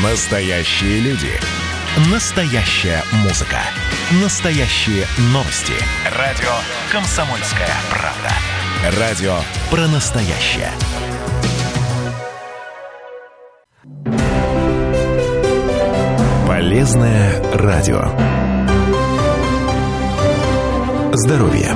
Настоящие люди. Настоящая музыка. Настоящие новости. Радио «Комсомольская правда». Радио про настоящее. Полезное радио. Здоровье.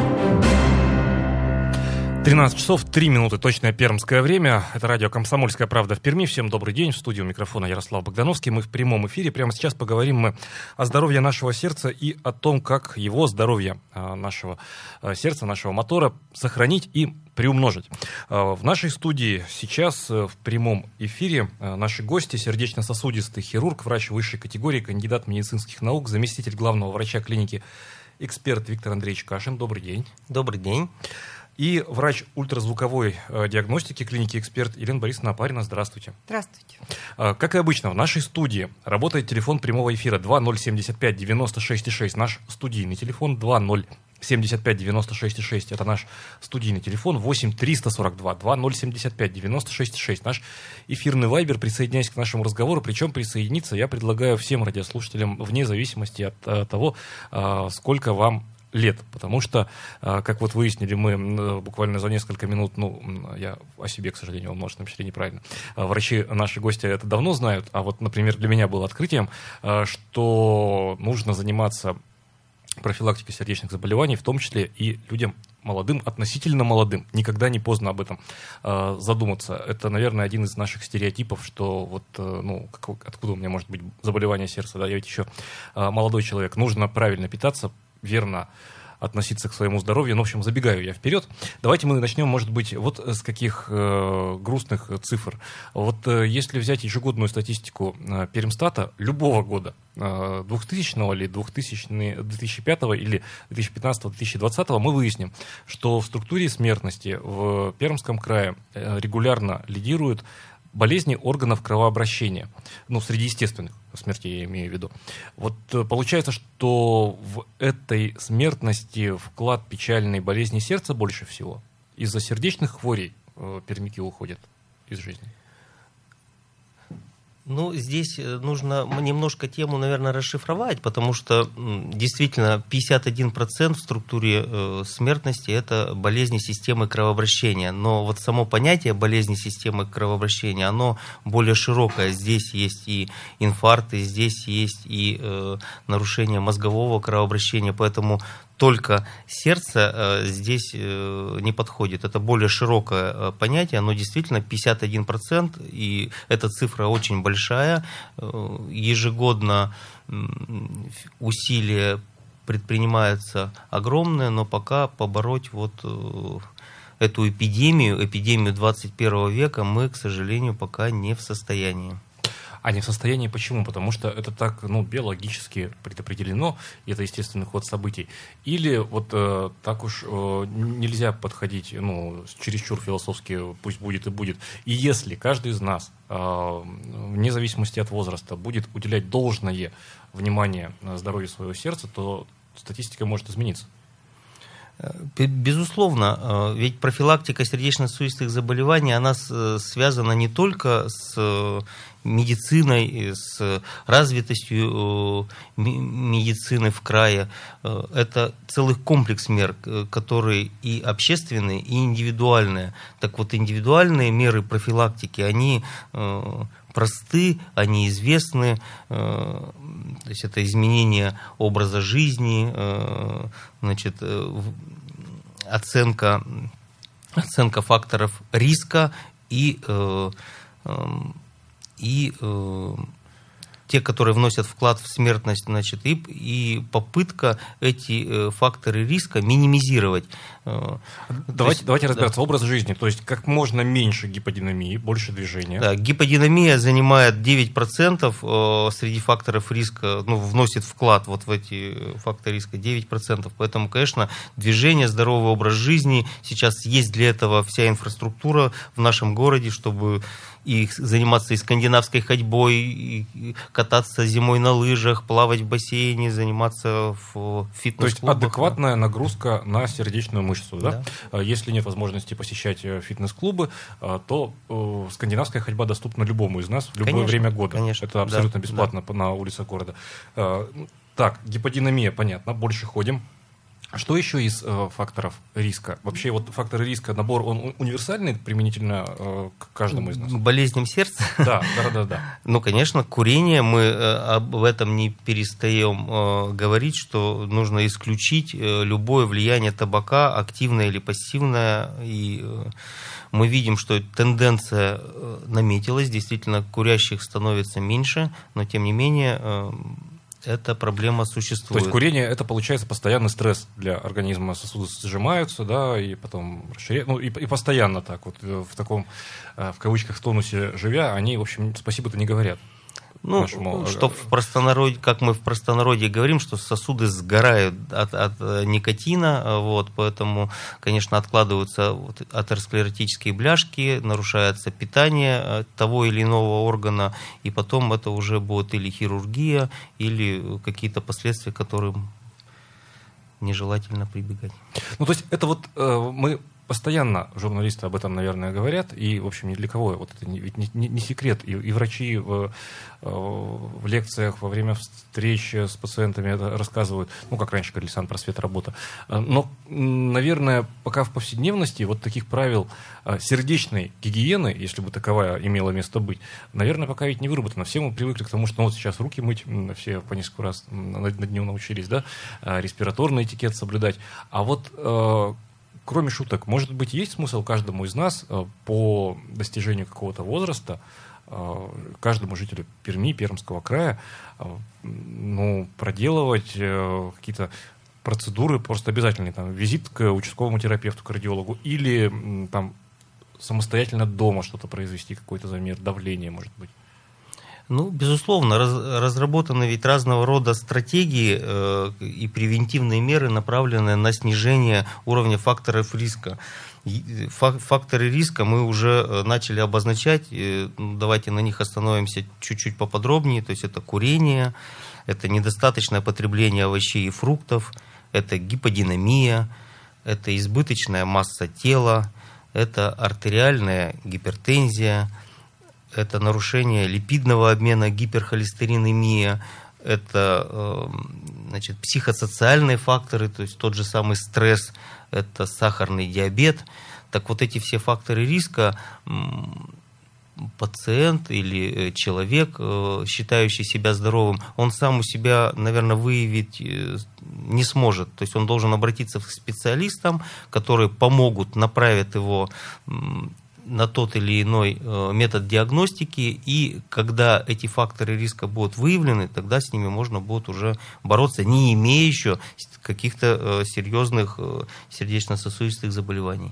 13 часов 3 минуты, точное пермское время. Это радио «Комсомольская правда» в Перми. Всем добрый день. В студии у микрофона Ярослав Богдановский. Мы в прямом эфире. Прямо сейчас поговорим мы о здоровье нашего сердца и о том, как его здоровье нашего сердца, нашего мотора сохранить и приумножить. В нашей студии сейчас в прямом эфире наши гости: сердечно-сосудистый хирург, врач высшей категории, кандидат медицинских наук, заместитель главного врача клиники «Эксперт» Виктор Андреевич Кашин. Добрый день. Добрый день. И врач ультразвуковой диагностики клиники «Эксперт» Елена Борисовна Опарина. Здравствуйте. Здравствуйте. Как и обычно, в нашей студии работает телефон прямого эфира 2075-96-6. Наш студийный телефон 2075-96-6. Это наш студийный телефон. 8-342-2075-96-6. Наш эфирный вайбер. Присоединяйтесь к нашему разговору. Причем присоединиться я предлагаю всем радиослушателям вне зависимости от того, сколько вам лет, потому что, как вот выяснили мы буквально за несколько минут, я о себе, к сожалению, во множественном числе неправильно, врачи, наши гости это давно знают, а вот, например, для меня было открытием, что нужно заниматься профилактикой сердечных заболеваний, в том числе и людям молодым, относительно молодым. Никогда не поздно об этом задуматься. Это, наверное, один из наших стереотипов, что вот, откуда у меня может быть заболевание сердца, да, я ведь еще молодой человек. Нужно правильно питаться, верно относиться к своему здоровью. В общем, забегаю я вперед. Давайте мы начнем, может быть, вот с каких грустных цифр. Вот если взять ежегодную статистику Пермстата любого года, 2000 или 2005 или 2015-2020, мы выясним, что в структуре смертности в Пермском крае регулярно лидируют болезни органов кровообращения. Среди естественных смертей я имею в виду. Вот получается, что в этой смертности вклад печальной болезни сердца больше всего. Из-за сердечных хворей пермяки уходят из жизни. Здесь нужно немножко тему, наверное, расшифровать, потому что действительно 51% в структуре смертности – это болезни системы кровообращения. Но вот само понятие болезни системы кровообращения, оно более широкое. Здесь есть и инфаркты, здесь есть и нарушение мозгового кровообращения, поэтому только сердце здесь не подходит. Это более широкое понятие, оно действительно 51%, и эта цифра очень большая. Ежегодно усилия предпринимаются огромные, но пока побороть эту эпидемию 21 века мы, к сожалению, пока не в состоянии. А не в состоянии почему? Потому что это так, биологически предопределено, и это естественный ход событий. Или так уж нельзя подходить, чересчур философски, пусть будет и будет. И если каждый из нас, вне зависимости от возраста, будет уделять должное внимание здоровью своего сердца, то статистика может измениться. Безусловно, ведь профилактика сердечно-сосудистых заболеваний, она связана не только с медициной, с развитостью медицины в крае. Это целый комплекс мер, которые и общественные, и индивидуальные. Так вот, индивидуальные меры профилактики, они просты, они известны. То есть это изменение образа жизни, оценка факторов риска и те, которые вносят вклад в смертность, и попытка эти факторы риска минимизировать. Давайте разбираться. Образ жизни, то есть как можно меньше гиподинамии, больше движения. Да, гиподинамия занимает 9% среди факторов риска, вносит вклад в эти факторы риска 9%. Поэтому, конечно, движение, здоровый образ жизни, сейчас есть для этого вся инфраструктура в нашем городе, чтобы и заниматься и скандинавской ходьбой, и кататься зимой на лыжах, плавать в бассейне, заниматься в фитнес-клубах. То есть адекватная нагрузка на сердечную мышцу, да? Если нет возможности посещать фитнес-клубы, то скандинавская ходьба доступна любому из нас в любое время года. Конечно, это абсолютно бесплатно на улицах города. Так, гиподинамия, понятно, больше ходим. Что еще из факторов риска? Вообще вот факторы риска, набор, он универсальный применительно к каждому из нас? Болезням сердца? Да. Ну, конечно, курение, мы об этом не перестаем говорить, что нужно исключить любое влияние табака, активное или пассивное. И мы видим, что тенденция наметилась, действительно, курящих становится меньше, но тем не менее эта проблема существует. То есть курение — это, получается, постоянный стресс для организма. Сосуды сжимаются, да, и потом расширяются. Ну, и постоянно так вот в таком, в кавычках, тонусе живя, они, в общем, спасибо-то не говорят. Ну, что в простонародье, как мы в простонародье говорим, что сосуды сгорают от никотина, вот, поэтому, конечно, откладываются атеросклеротические бляшки, нарушается питание того или иного органа, и потом это уже будет или хирургия, или какие-то последствия, к которым нежелательно прибегать. Ну, то есть это вот мы... Постоянно журналисты об этом, наверное, говорят, и, в общем, ни для кого вот это не секрет. И врачи в лекциях, во время встреч с пациентами это рассказывают, ну, как раньше говорили, санпросвет, работа. Но, наверное, пока в повседневности вот таких правил сердечной гигиены, если бы таковая имела место быть, наверное, пока ведь не выработано. Все мы привыкли к тому, что вот сейчас руки мыть, все по несколько раз на дню научились, да, респираторный этикет соблюдать. А вот... Кроме шуток, может быть, есть смысл каждому из нас по достижению какого-то возраста, каждому жителю Перми, Пермского края, проделывать какие-то процедуры просто обязательные, там, визит к участковому терапевту, кардиологу, или там самостоятельно дома что-то произвести, какой-то замер давления, может быть? Ну, безусловно, разработаны ведь разного рода стратегии и превентивные меры, направленные на снижение уровня факторов риска. Факторы риска мы уже начали обозначать, давайте на них остановимся чуть-чуть поподробнее. То есть это курение, это недостаточное потребление овощей и фруктов, это гиподинамия, это избыточная масса тела, это артериальная гипертензия, это нарушение липидного обмена, гиперхолестеринемия, это психосоциальные факторы, то есть тот же самый стресс, это сахарный диабет. Так вот эти все факторы риска пациент или человек, считающий себя здоровым, он сам у себя, наверное, выявить не сможет. То есть он должен обратиться к специалистам, которые помогут, направят его на тот или иной метод диагностики, и когда эти факторы риска будут выявлены, тогда с ними можно будет уже бороться, не имея еще каких-то серьезных сердечно-сосудистых заболеваний.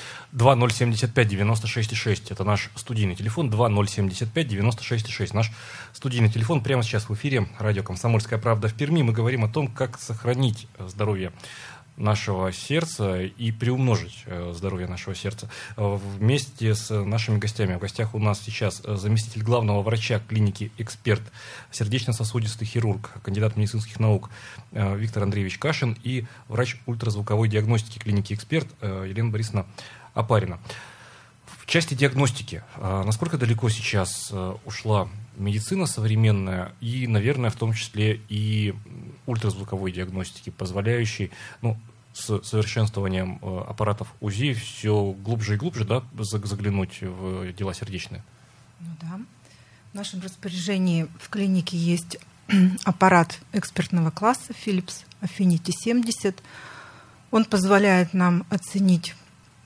2075-96-6, это наш студийный телефон, 2075-96-6, наш студийный телефон прямо сейчас в эфире радио «Комсомольская правда» в Перми. Мы говорим о том, как сохранить здоровье нашего сердца и приумножить здоровье нашего сердца. Вместе с нашими гостями. В гостях у нас сейчас заместитель главного врача клиники «Эксперт», сердечно-сосудистый хирург, кандидат медицинских наук Виктор Андреевич Кашин и врач ультразвуковой диагностики клиники «Эксперт» Елена Борисовна Опарина. В части диагностики, насколько далеко сейчас ушла медицина современная и, наверное, в том числе и ультразвуковой диагностики, позволяющей, с совершенствованием аппаратов УЗИ все глубже и глубже, да, заглянуть в дела сердечные? Ну да. В нашем распоряжении в клинике есть аппарат экспертного класса Philips Affinity 70. Он позволяет нам оценить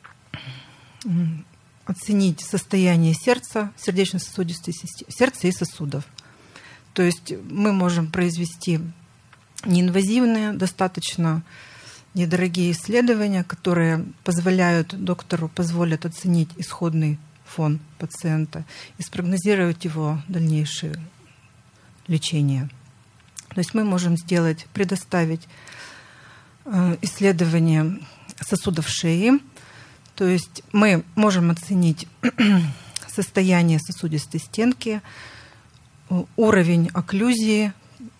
состояние сердца, сердечно-сосудистой системы, сердца и сосудов. То есть мы можем произвести неинвазивные, достаточно недорогие исследования, которые позволят оценить исходный фон пациента и спрогнозировать его дальнейшее лечение. То есть мы можем предоставить исследование сосудов шеи. То есть мы можем оценить состояние сосудистой стенки, уровень окклюзии,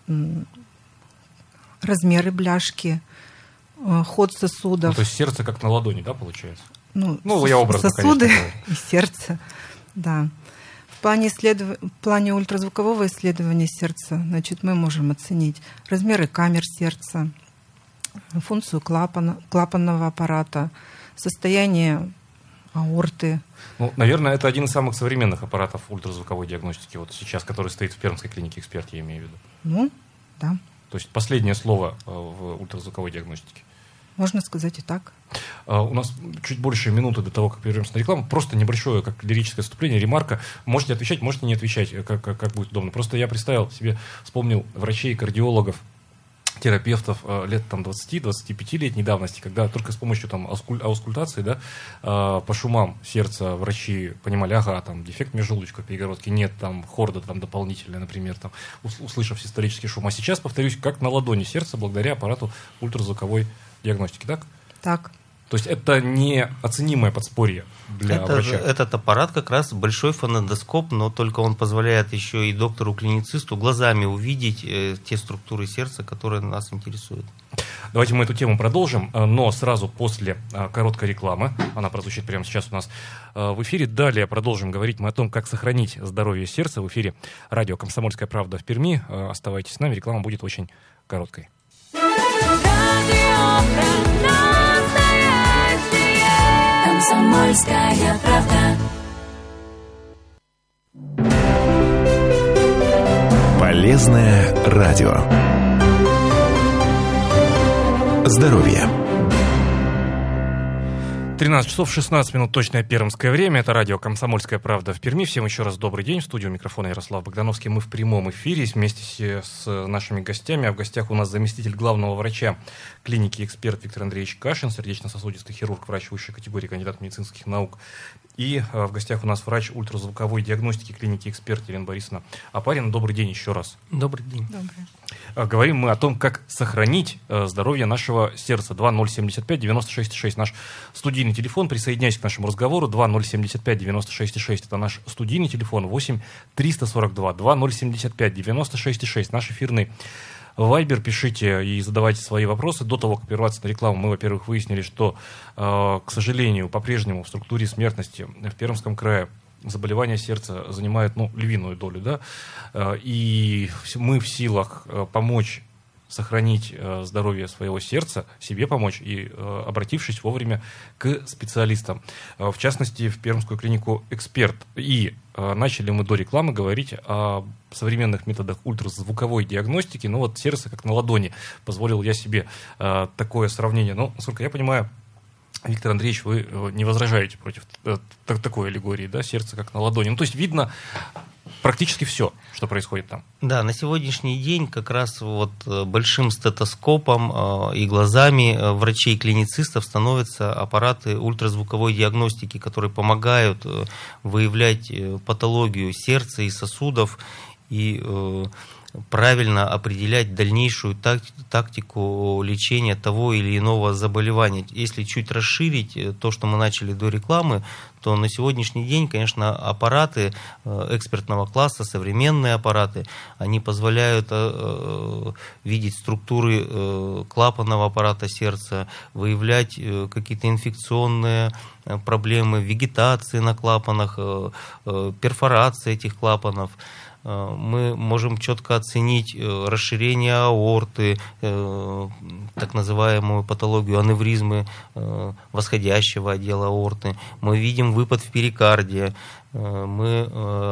размеры бляшки, ход сосудов. То есть сердце как на ладони, да, получается? Я образно, сосуды, конечно, и сердце, да. В плане ультразвукового исследования сердца, значит, мы можем оценить размеры камер сердца, функцию клапанного аппарата, состояние аорты. Наверное, это один из самых современных аппаратов ультразвуковой диагностики, вот сейчас, который стоит в Пермской клинике «Эксперт», я имею в виду. Да. То есть последнее слово в ультразвуковой диагностике. Можно сказать и так. У нас чуть больше минуты до того, как прервемся на рекламу. Просто небольшое, как лирическое вступление, ремарка. Можете отвечать, можете не отвечать, как будет удобно. Просто я представил себе, вспомнил врачей, кардиологов, терапевтов лет 20-25-летней давности, когда только с помощью аускультации, да, по шумам сердца врачи понимали, дефект межжелудочковой перегородки, нет, хорда дополнительная, например, услышав систолический шум. А сейчас, повторюсь, как на ладони сердца, благодаря аппарату ультразвуковой диагностики, так? Так. То есть это неоценимое подспорье для врача. Этот аппарат как раз большой фонендоскоп, но только он позволяет еще и доктору-клиницисту глазами увидеть те структуры сердца, которые нас интересуют. Давайте мы эту тему продолжим, но сразу после короткой рекламы. Она прозвучит прямо сейчас у нас в эфире. Далее продолжим говорить мы о том, как сохранить здоровье сердца. В эфире радио «Комсомольская правда» в Перми. Оставайтесь с нами, реклама будет очень короткой. «Комсомольская правда». Полезное радио. Здоровье. 13 часов 16 минут, точное пермское время. Это радио «Комсомольская правда» в Перми. Всем еще раз добрый день. В студию микрофона Ярослав Богдановский. Мы в прямом эфире вместе с нашими гостями. А в гостях у нас заместитель главного врача клиники «Эксперт» Виктор Андреевич Кашин, сердечно-сосудистый хирург, врач высшей категории, кандидат медицинских наук. И в гостях у нас врач ультразвуковой диагностики клиники «Эксперт» Елена Борисовна Опарина. Добрый день еще раз. Добрый день. Добрый. Говорим мы о том, как сохранить здоровье нашего сердца. 2075-96-6 наш студийный телефон. Присоединяйтесь к нашему разговору. 2075-96-6 это наш студийный телефон. 8-342-2075-96-6 наш эфирный Вайбер. Пишите и задавайте свои вопросы. До того, как прерваться на рекламу, мы, во-первых, выяснили, что, к сожалению, по-прежнему в структуре смертности в Пермском крае заболевания сердца занимают львиную долю, да, и мы в силах помочь сохранить здоровье своего сердца, себе помочь и обратившись вовремя к специалистам. В частности, в Пермскую клинику «Эксперт». И начали мы до рекламы говорить о современных методах ультразвуковой диагностики. Сердце как на ладони. Позволил я себе такое сравнение. Насколько я понимаю, Виктор Андреевич, вы не возражаете против такой аллегории, да? Сердце как на ладони. То есть видно практически все, что происходит там. Да, на сегодняшний день как раз большим стетоскопом и глазами врачей-клиницистов становятся аппараты ультразвуковой диагностики, которые помогают выявлять патологию сердца и сосудов и правильно определять дальнейшую тактику лечения того или иного заболевания. Если чуть расширить то, что мы начали до рекламы, то на сегодняшний день, конечно, аппараты экспертного класса, современные аппараты, они позволяют видеть структуры клапанного аппарата сердца, выявлять какие-то инфекционные проблемы, вегетации на клапанах, перфорации этих клапанов. Мы можем четко оценить расширение аорты, так называемую патологию аневризмы восходящего отдела аорты. Мы видим выпад в перикарде, мы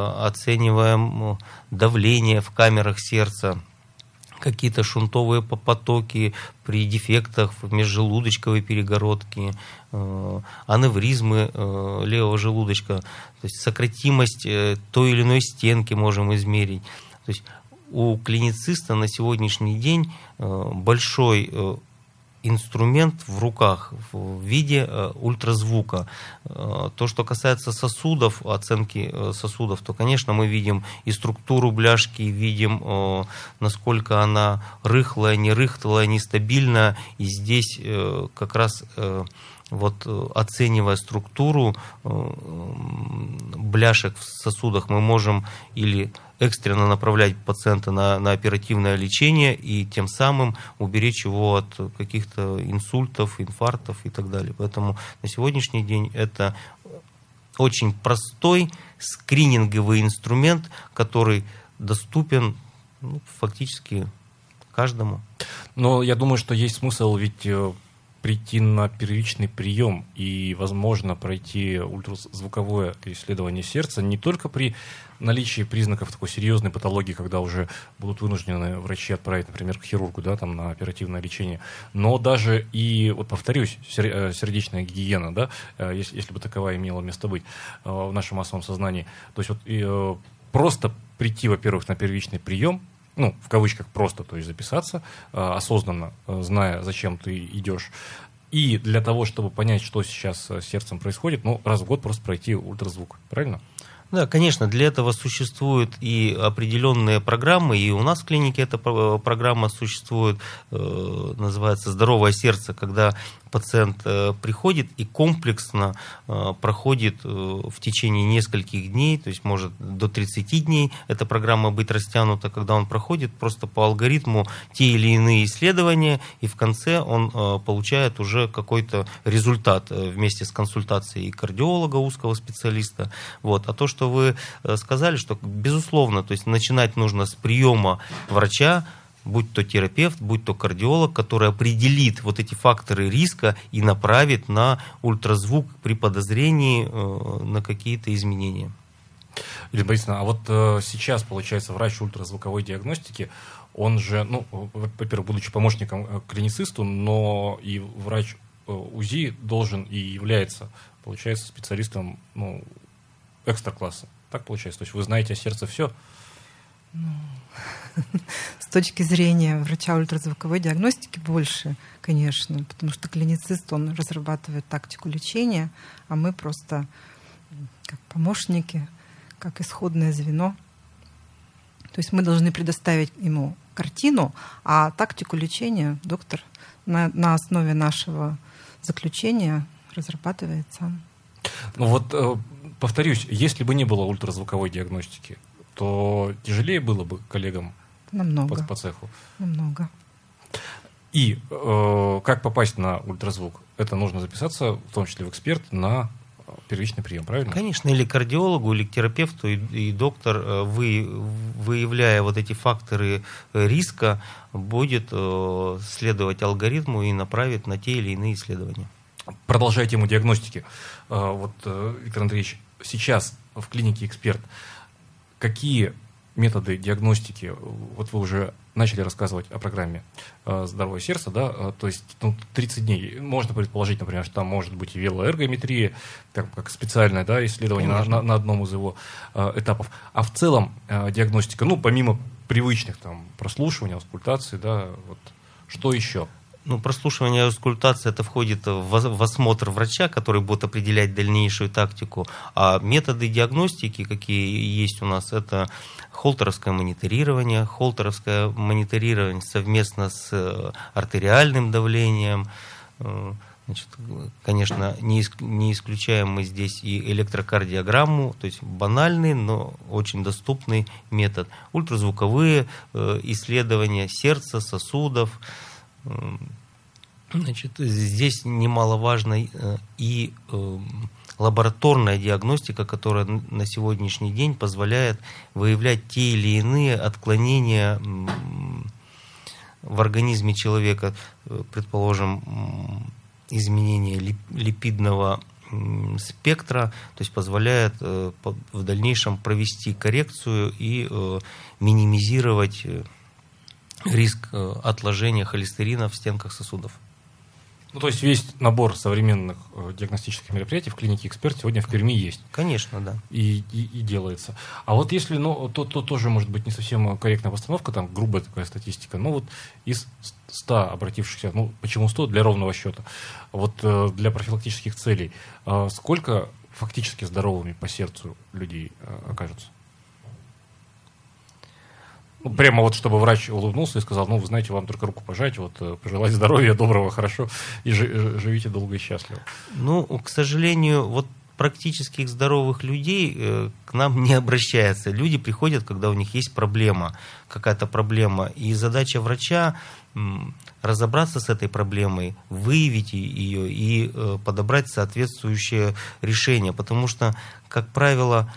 оцениваем давление в камерах сердца, какие-то шунтовые потоки при дефектах в межжелудочковой перегородке, аневризмы левого желудочка, то есть сократимость той или иной стенки можем измерить. То есть у клинициста на сегодняшний день большой инструмент в руках в виде ультразвука. То, что касается сосудов, оценки сосудов, то, конечно, мы видим и структуру бляшки, видим, насколько она рыхлая, нерыхлая, нестабильная. И здесь как раз вот оценивая структуру бляшек в сосудах, мы можем или экстренно направлять пациента на оперативное лечение и тем самым уберечь его от каких-то инсультов, инфарктов и так далее. Поэтому на сегодняшний день это очень простой скрининговый инструмент, который доступен фактически каждому. Но я думаю, что есть смысл ведь прийти на первичный прием и, возможно, пройти ультразвуковое исследование сердца не только при наличии признаков такой серьезной патологии, когда уже будут вынуждены врачи отправить, например, к хирургу, да, там, на оперативное лечение, но даже и, вот повторюсь, сердечная гигиена, да, если бы таковая имела место быть в нашем массовом сознании. То есть вот просто прийти, во-первых, на первичный прием, ну, в кавычках просто, то есть записаться, осознанно, зная, зачем ты идешь. И для того, чтобы понять, что сейчас с сердцем происходит, ну, раз в год просто пройти ультразвук, правильно? Да, конечно, для этого существуют и определенные программы, и у нас в клинике эта программа существует, называется «Здоровое сердце», когда пациент приходит и комплексно проходит в течение нескольких дней, то есть может до 30 дней эта программа быть растянута, когда он проходит просто по алгоритму те или иные исследования, и в конце он получает уже какой-то результат вместе с консультацией кардиолога, узкого специалиста. Вот. А то, что вы сказали, что безусловно, то есть начинать нужно с приема врача, будь то терапевт, будь то кардиолог, который определит вот эти факторы риска и направит на ультразвук при подозрении на какие-то изменения. Елена Борисовна, а вот сейчас, получается, врач ультразвуковой диагностики, он же, ну, во-первых, будучи помощником клиницисту, но и врач УЗИ должен и является, получается, специалистом, ну, экстра-класса. Так получается? То есть вы знаете о сердце все? Ну, с точки зрения врача ультразвуковой диагностики больше, конечно, потому что клиницист, он разрабатывает тактику лечения, а мы просто как помощники, как исходное звено. То есть мы должны предоставить ему картину, а тактику лечения доктор на основе нашего заключения разрабатывает сам. Ну вот, повторюсь, если бы не было ультразвуковой диагностики, то тяжелее было бы коллегам по цеху. Намного. И как попасть на ультразвук? Это нужно записаться, в том числе в эксперт, на первичный прием, правильно? Конечно, или кардиологу, или к терапевту, и доктор, выявляя вот эти факторы риска, будет следовать алгоритму и направит на те или иные исследования. Продолжая тему диагностики, вот, Виктор Андреевич, сейчас в клинике «Эксперт» какие методы диагностики, вот вы уже начали рассказывать о программе «Здоровое сердце», да, то есть 30 дней, можно предположить, например, что там может быть и велоэргометрия, как специальное, да, исследование на одном из его этапов. А в целом диагностика, ну, помимо привычных там прослушивания, аускультации, да, вот, что еще? Ну, прослушивание и аускультация, это входит в осмотр врача, который будет определять дальнейшую тактику. А методы диагностики, какие есть у нас, это холтеровское мониторирование совместно с артериальным давлением. Значит, конечно, не исключаем мы здесь и электрокардиограмму, то есть банальный, но очень доступный метод. Ультразвуковые исследования сердца, сосудов. Значит, здесь немаловажна и лабораторная диагностика, которая на сегодняшний день позволяет выявлять те или иные отклонения в организме человека, предположим, изменение липидного спектра, то есть позволяет в дальнейшем провести коррекцию и минимизировать риск отложения холестерина в стенках сосудов. Ну, то есть весь набор современных диагностических мероприятий в клинике «Эксперт» сегодня в Перми есть. Конечно, да. И делается. А вот если, ну, то тоже может быть не совсем корректная постановка, там грубая такая статистика, но вот из 100 обратившихся, ну, почему 100? Для ровного счета. Вот для профилактических целей сколько фактически здоровыми по сердцу людей окажутся? Прямо вот, чтобы врач улыбнулся и сказал, ну, вы знаете, вам только руку пожать, вот, пожелать здоровья, доброго, хорошо, и живите долго и счастливо. Ну, к сожалению, вот практически здоровых людей к нам не обращаются. Люди приходят, когда у них есть проблема, какая-то проблема. И задача врача разобраться с этой проблемой, выявить ее и подобрать соответствующее решение. Потому что, как правило,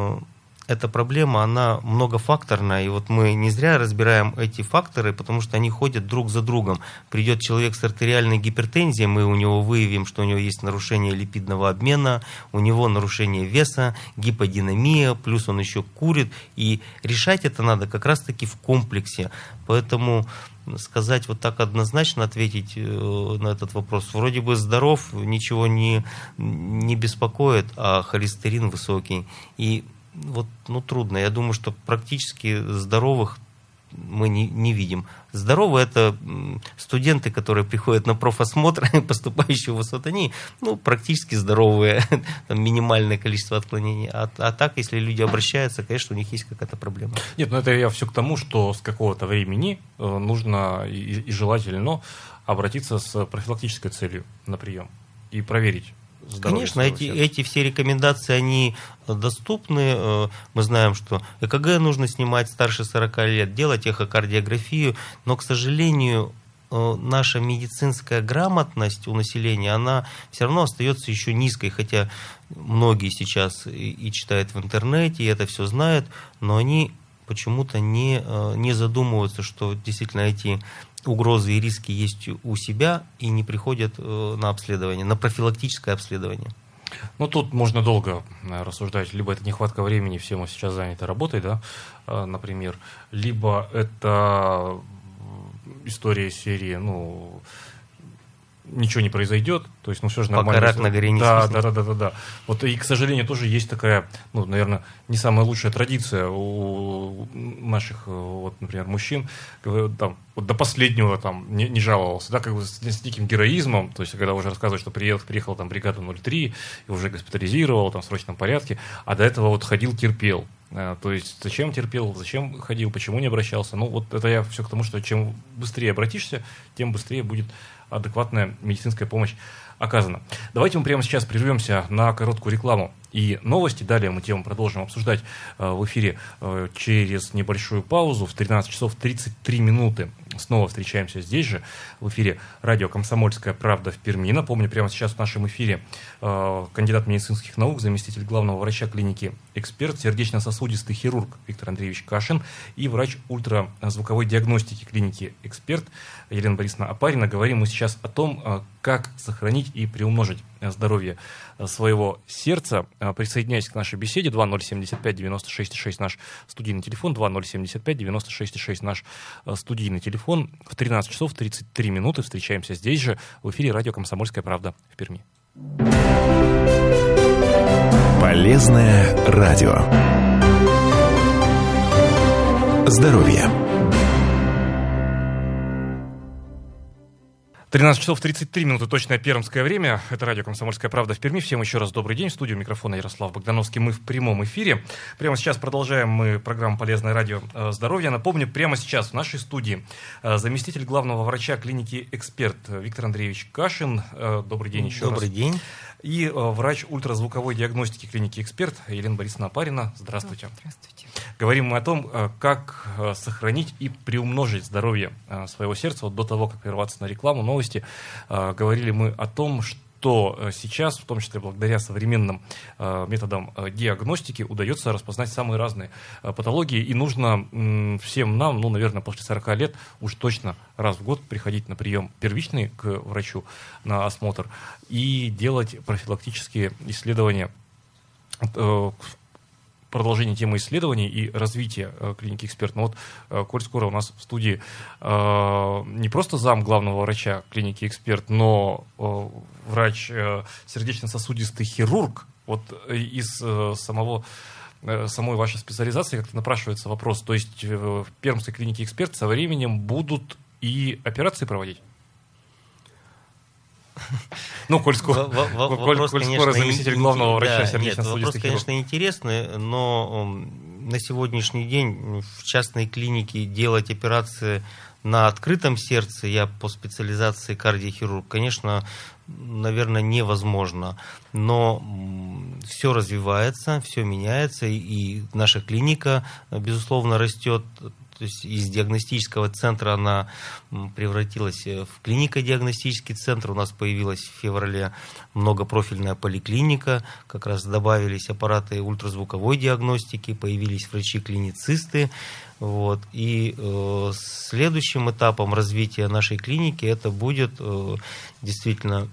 эта проблема, она многофакторная, и вот мы не зря разбираем эти факторы, потому что они ходят друг за другом. Придет человек с артериальной гипертензией, мы у него выявим, что у него есть нарушение липидного обмена, у него нарушение веса, гиподинамия, плюс он еще курит, и решать это надо как раз-таки в комплексе. Поэтому сказать вот так однозначно, ответить на этот вопрос, вроде бы здоров, ничего не беспокоит, а холестерин высокий. И вот, трудно. Я думаю, что практически здоровых мы не видим. Здоровые — это студенты, которые приходят на профосмотр, поступающие в ВУЗ, они практически здоровые, там минимальное количество отклонений. А так, если люди обращаются, конечно, у них есть какая-то проблема. Нет, это я все к тому, что с какого-то времени нужно и желательно обратиться с профилактической целью на прием и проверить. Конечно, эти все рекомендации, они доступны. Мы знаем, что ЭКГ нужно снимать старше 40 лет, делать эхокардиографию, но, к сожалению, наша медицинская грамотность у населения, она все равно остается еще низкой, хотя многие сейчас и читают в интернете, и это все знают, но они почему-то не задумываются, что действительно эти угрозы и риски есть у себя и не приходят на обследование, на профилактическое обследование. Тут можно долго рассуждать. Либо это нехватка времени, все мы сейчас заняты работой, да, например, либо это история серии, ничего не произойдет, то есть, все же нормально. Пока рак на горе не свистнет. Да. Вот, и, к сожалению, тоже есть такая, наверное, не самая лучшая традиция у наших, например, мужчин, там, до последнего там не жаловался, да, как бы с диким героизмом, то есть, когда уже рассказывают, что приехала там бригада 03, и уже госпитализировал там в срочном порядке, а до этого ходил, терпел. То есть, зачем терпел, зачем ходил, почему не обращался. Это я все к тому, что чем быстрее обратишься, тем быстрее будет адекватная медицинская помощь оказана. Давайте мы прямо сейчас прервемся на короткую рекламу и новости. Далее мы тему продолжим обсуждать в эфире через небольшую паузу. В 13 часов 33 минуты снова встречаемся здесь же, в эфире радио «Комсомольская правда» в Перми. Напомню, прямо сейчас в нашем эфире кандидат медицинских наук, заместитель главного врача клиники «Эксперт», сердечно-сосудистый хирург Виктор Андреевич Кашин и врач ультразвуковой диагностики клиники «Эксперт» Елена Борисовна Опарина. Говорим мы сейчас о том, как сохранить и приумножить здоровье своего сердца. Присоединяйтесь к нашей беседе. 2075-96-6 наш студийный телефон. 2075-96-6 наш студийный телефон. В 13 часов 33 минуты встречаемся здесь же, в эфире радио «Комсомольская правда» в Перми. Полезное радио. Здоровье. 13 часов 33 минуты, точное пермское время. Это радио «Комсомольская правда» в Перми. Всем еще раз добрый день. В студию микрофона Ярослав Богдановский. Мы в прямом эфире. Прямо сейчас продолжаем мы программу «Полезное радио. Здоровье». Напомню, прямо сейчас в нашей студии заместитель главного врача клиники «Эксперт» Виктор Андреевич Кашин. Добрый день еще раз. Добрый день. И врач ультразвуковой диагностики клиники «Эксперт» Елена Борисовна Опарина. Здравствуйте. Здравствуйте. Говорим мы о том, как сохранить и приумножить здоровье своего сердца. До того, как прерваться на рекламу, новости, говорили мы о том, что сейчас, в том числе благодаря современным методам диагностики, удается распознать самые разные патологии. И нужно всем нам, наверное, после 40 лет уж точно раз в год приходить на прием первичный к врачу на осмотр и делать профилактические исследования, продолжение темы исследований и развития клиники «Эксперт». Коль скоро у нас в студии не просто зам главного врача клиники «Эксперт», но врач сердечно-сосудистый хирург, из самой вашей специализации как-то напрашивается вопрос. То есть в пермской клинике «Эксперт» со временем будут и операции проводить? Коль скоро заместитель главного врача сердечно-сосудистых хирургов. Вопрос, конечно, интересный, но на сегодняшний день в частной клинике делать операции на открытом сердце, я по специализации кардиохирург, конечно, наверное, невозможно. Но все развивается, все меняется, и наша клиника, безусловно, растет. То есть из диагностического центра она превратилась в клинико-диагностический центр. У нас появилась в феврале многопрофильная поликлиника. Как раз добавились аппараты ультразвуковой диагностики, появились врачи-клиницисты. Вот. И следующим этапом развития нашей клиники это будет действительно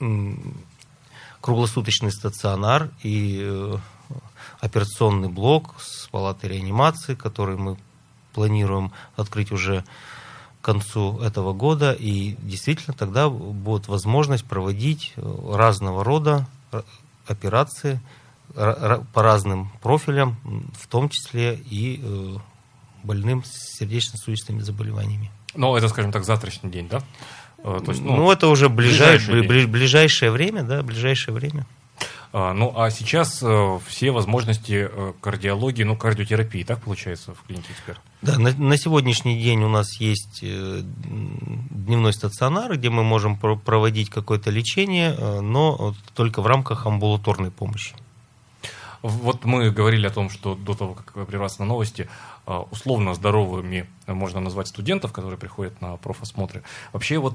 круглосуточный стационар и операционный блок с палатой реанимации, который мы планируем открыть уже к концу этого года, и действительно тогда будет возможность проводить разного рода операции по разным профилям, в том числе и больным с сердечно-сосудистыми заболеваниями. Ну, это, скажем так, завтрашний день, да? То есть, это уже ближайшее время, да, ближайшее время. Ну, а сейчас все возможности кардиологии, кардиотерапии, так получается, в клинике «Эксперт»? Да, на сегодняшний день у нас есть дневной стационар, где мы можем проводить какое-то лечение, но только в рамках амбулаторной помощи. Вот мы говорили о том, что до того, как прерваться на новости, условно здоровыми можно назвать студентов, которые приходят на профосмотры. Вообще вот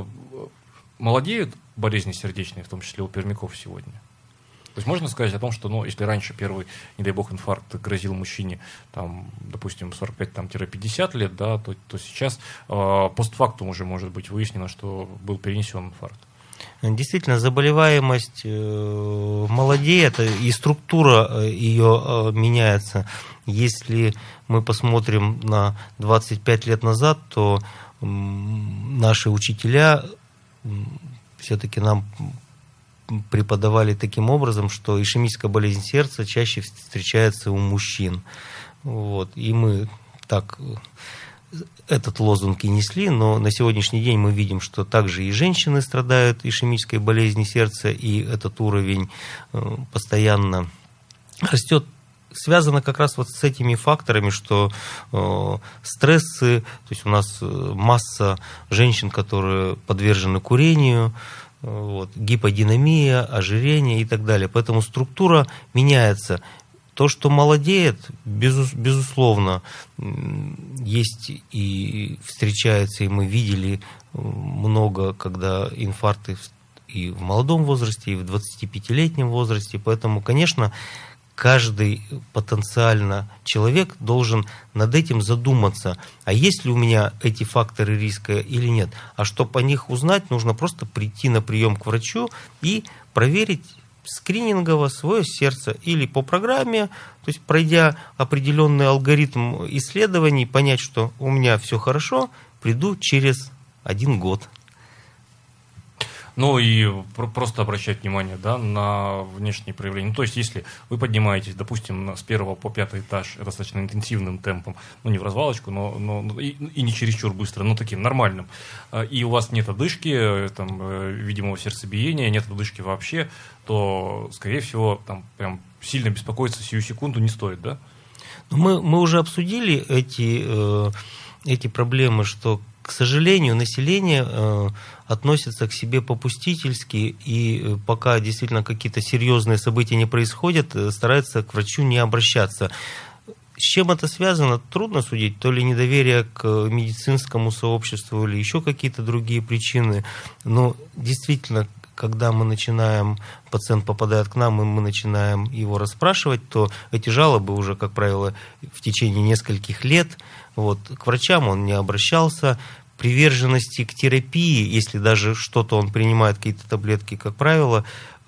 молодеют болезни сердечные, в том числе у пермяков сегодня? То есть можно сказать о том, что, если раньше первый, не дай бог, инфаркт грозил мужчине, допустим, 45-50 лет, да, то сейчас постфактум уже может быть выяснено, что был перенесен инфаркт. Действительно, заболеваемость молодеет, и структура ее меняется. Если мы посмотрим на 25 лет назад, то наши учителя все-таки нам преподавали таким образом, что ишемическая болезнь сердца чаще встречается у мужчин. Вот. И мы так этот лозунг и несли, но на сегодняшний день мы видим, что также и женщины страдают ишемической болезнью сердца, и этот уровень постоянно растет. Связано как раз вот с этими факторами, что стрессы, то есть у нас масса женщин, которые подвержены курению, гиподинамия, ожирение и так далее. Поэтому структура меняется. То, что молодеет, безусловно, есть и встречается, и мы видели много, когда инфаркты и в молодом возрасте, и в 25-летнем возрасте. Поэтому, конечно, каждый потенциально человек должен над этим задуматься, а есть ли у меня эти факторы риска или нет. А чтобы о них узнать, нужно просто прийти на прием к врачу и проверить скринингово свое сердце или по программе, то есть пройдя определенный алгоритм исследований, понять, что у меня все хорошо, приду через 1 год. И просто обращать внимание, да, на внешние проявления. То есть, если вы поднимаетесь, допустим, с 1 по 5 этаж достаточно интенсивным темпом, не в развалочку, но и не чересчур быстро, но таким нормальным, и у вас нет одышки, видимого сердцебиения, нет одышки вообще, то, скорее всего, прям сильно беспокоиться сию секунду не стоит, да? Мы уже обсудили эти проблемы, что, к сожалению, население относится к себе попустительски, и пока действительно какие-то серьезные события не происходят, старается к врачу не обращаться. С чем это связано, трудно судить, то ли недоверие к медицинскому сообществу, или еще какие-то другие причины, но действительно, когда пациент попадает к нам, и мы начинаем его расспрашивать, то эти жалобы уже, как правило, в течение нескольких лет, к врачам он не обращался. Приверженности к терапии, если даже что-то он принимает, какие-то таблетки, как правило,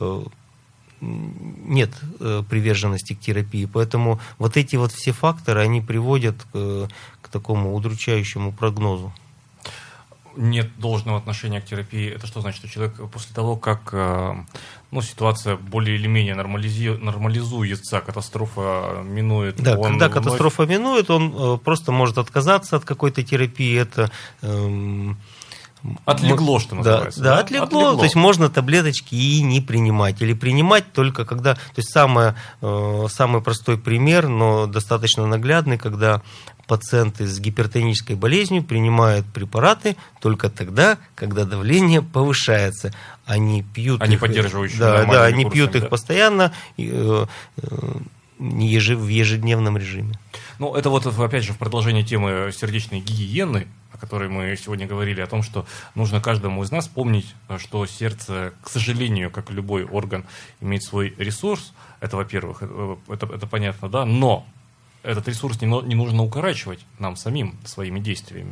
нет приверженности к терапии. Поэтому эти все факторы, они приводят к такому удручающему прогнозу. Нет должного отношения к терапии. Это что значит, что человек после того, как ситуация более или менее нормализуется, катастрофа минует? Да, когда катастрофа минует, он просто может отказаться от какой-то терапии. Это Отлегло, что называется. Да, отлегло. То есть можно таблеточки и не принимать. Или принимать только когда... То есть самый простой пример, но достаточно наглядный, когда пациенты с гипертонической болезнью принимают препараты только тогда, когда давление повышается. Они пьют они их... поддерживающие они пьют их постоянно в ежедневном режиме. Ну, это вот, опять же, в продолжении темы сердечной гигиены, о которой мы сегодня говорили, о том, что нужно каждому из нас помнить, что сердце, к сожалению, как и любой орган, имеет свой ресурс. Это, во-первых, это понятно, да, но этот ресурс не нужно укорачивать нам самим своими действиями.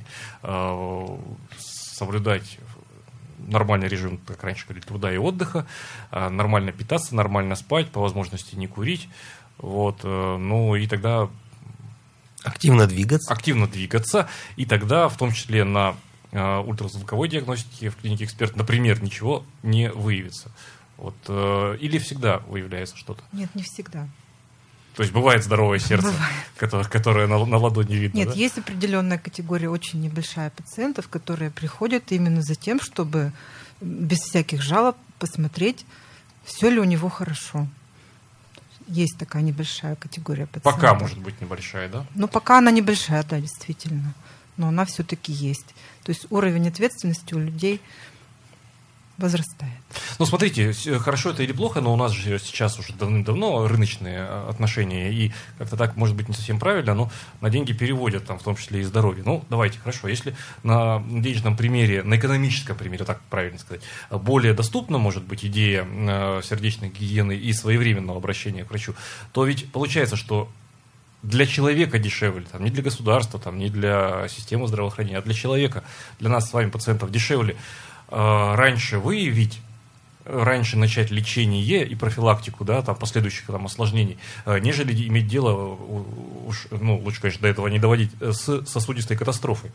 Соблюдать нормальный режим, как раньше говорили, труда и отдыха, нормально питаться, нормально спать, по возможности не курить. Вот, ну и тогда... Активно двигаться, и тогда, в том числе на ультразвуковой диагностике в клинике «Эксперт», например, ничего не выявится. Вот, или всегда выявляется что-то? Нет, не всегда. То есть бывает здоровое сердце, которое на ладони видно? Нет, да? Есть определенная категория, очень небольшая пациентов, которые приходят именно за тем, чтобы без всяких жалоб посмотреть, все ли у него хорошо. Есть такая небольшая категория пациентов. Пока может быть небольшая, да? Ну, пока она небольшая, да, действительно. Но она все-таки есть. То есть уровень ответственности у людей возрастает. Ну, смотрите, хорошо это или плохо, но у нас же сейчас уже давным-давно рыночные отношения, и как-то так, может быть, не совсем правильно, но на деньги переводят, там, в том числе и здоровье. Ну, давайте, хорошо, если на денежном примере, на экономическом примере, так правильно сказать, более доступна может быть идея сердечной гигиены и своевременного обращения к врачу, то ведь получается, что для человека дешевле, там, не для государства, там, не для системы здравоохранения, а для человека, для нас с вами, пациентов, дешевле раньше выявить, раньше начать лечение и профилактику, да, там, последующих там, осложнений, нежели иметь дело, лучше, конечно, до этого не доводить, с сосудистой катастрофой.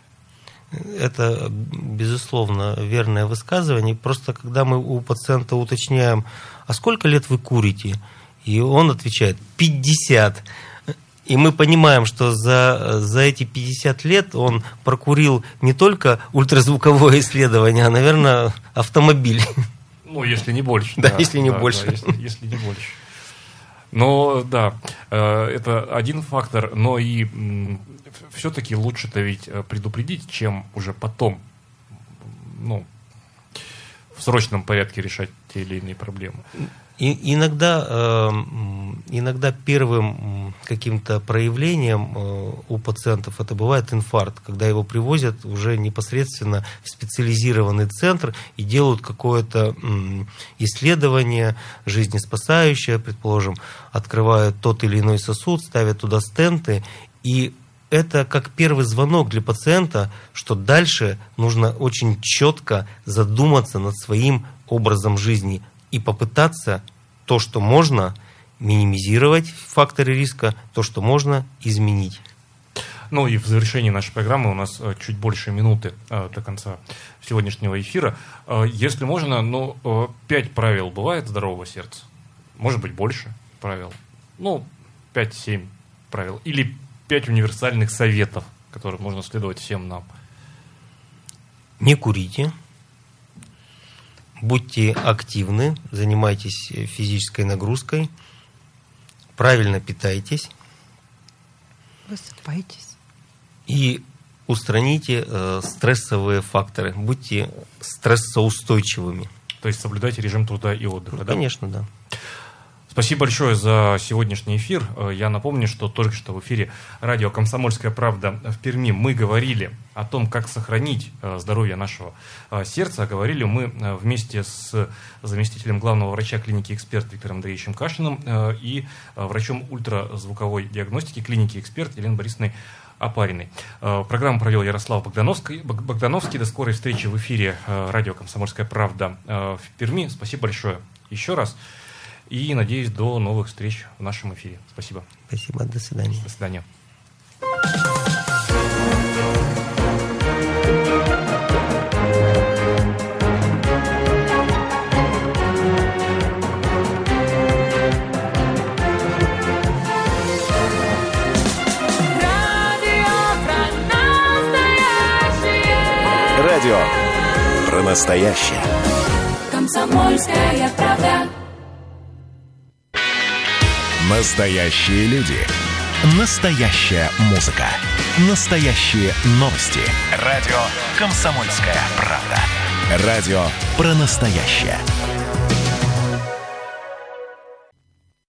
Это, безусловно, верное высказывание. Просто когда мы у пациента уточняем, а сколько лет вы курите? И он отвечает, 50. И мы понимаем, что за эти 50 лет он прокурил не только ультразвуковое исследование, а, наверное, автомобиль. Ну, если не больше. Да, если не больше. Да, если не больше. Но, да, это один фактор, но и все-таки лучше-то ведь предупредить, чем уже потом, в срочном порядке решать те или иные проблемы. И иногда первым каким-то проявлением у пациентов это бывает инфаркт, когда его привозят уже непосредственно в специализированный центр и делают какое-то исследование жизнеспасающее, предположим, открывают тот или иной сосуд, ставят туда стенты, и это как первый звонок для пациента, что дальше нужно очень четко задуматься над своим образом жизни и попытаться то, что можно, минимизировать факторы риска, то, что можно, изменить. Ну и в завершении нашей программы у нас чуть больше минуты до конца сегодняшнего эфира. Если можно, 5 правил бывает здорового сердца. Может быть, больше правил. 5-7 правил. Или 5 универсальных советов, которым нужно следовать всем нам. Не курите. Будьте активны, занимайтесь физической нагрузкой, правильно питайтесь. Высыпайтесь. И устраните стрессовые факторы, будьте стрессоустойчивыми. То есть соблюдайте режим труда и отдыха, да? Конечно, да. Спасибо большое за сегодняшний эфир. Я напомню, что только что в эфире радио «Комсомольская правда» в Перми мы говорили о том, как сохранить здоровье нашего сердца. Говорили мы вместе с заместителем главного врача клиники «Эксперт» Виктором Андреевичем Кашиным и врачом ультразвуковой диагностики клиники «Эксперт» Еленой Борисовной Опариной. Программу провел Ярослав Богдановский. До скорой встречи в эфире радио «Комсомольская правда» в Перми. Спасибо большое еще раз. И, надеюсь, до новых встреч в нашем эфире. Спасибо. Спасибо. До свидания. До свидания. Радио настоящее. «Комсомольская правда». Настоящие люди. Настоящая музыка. Настоящие новости. Радио «Комсомольская правда». Радио про настоящее.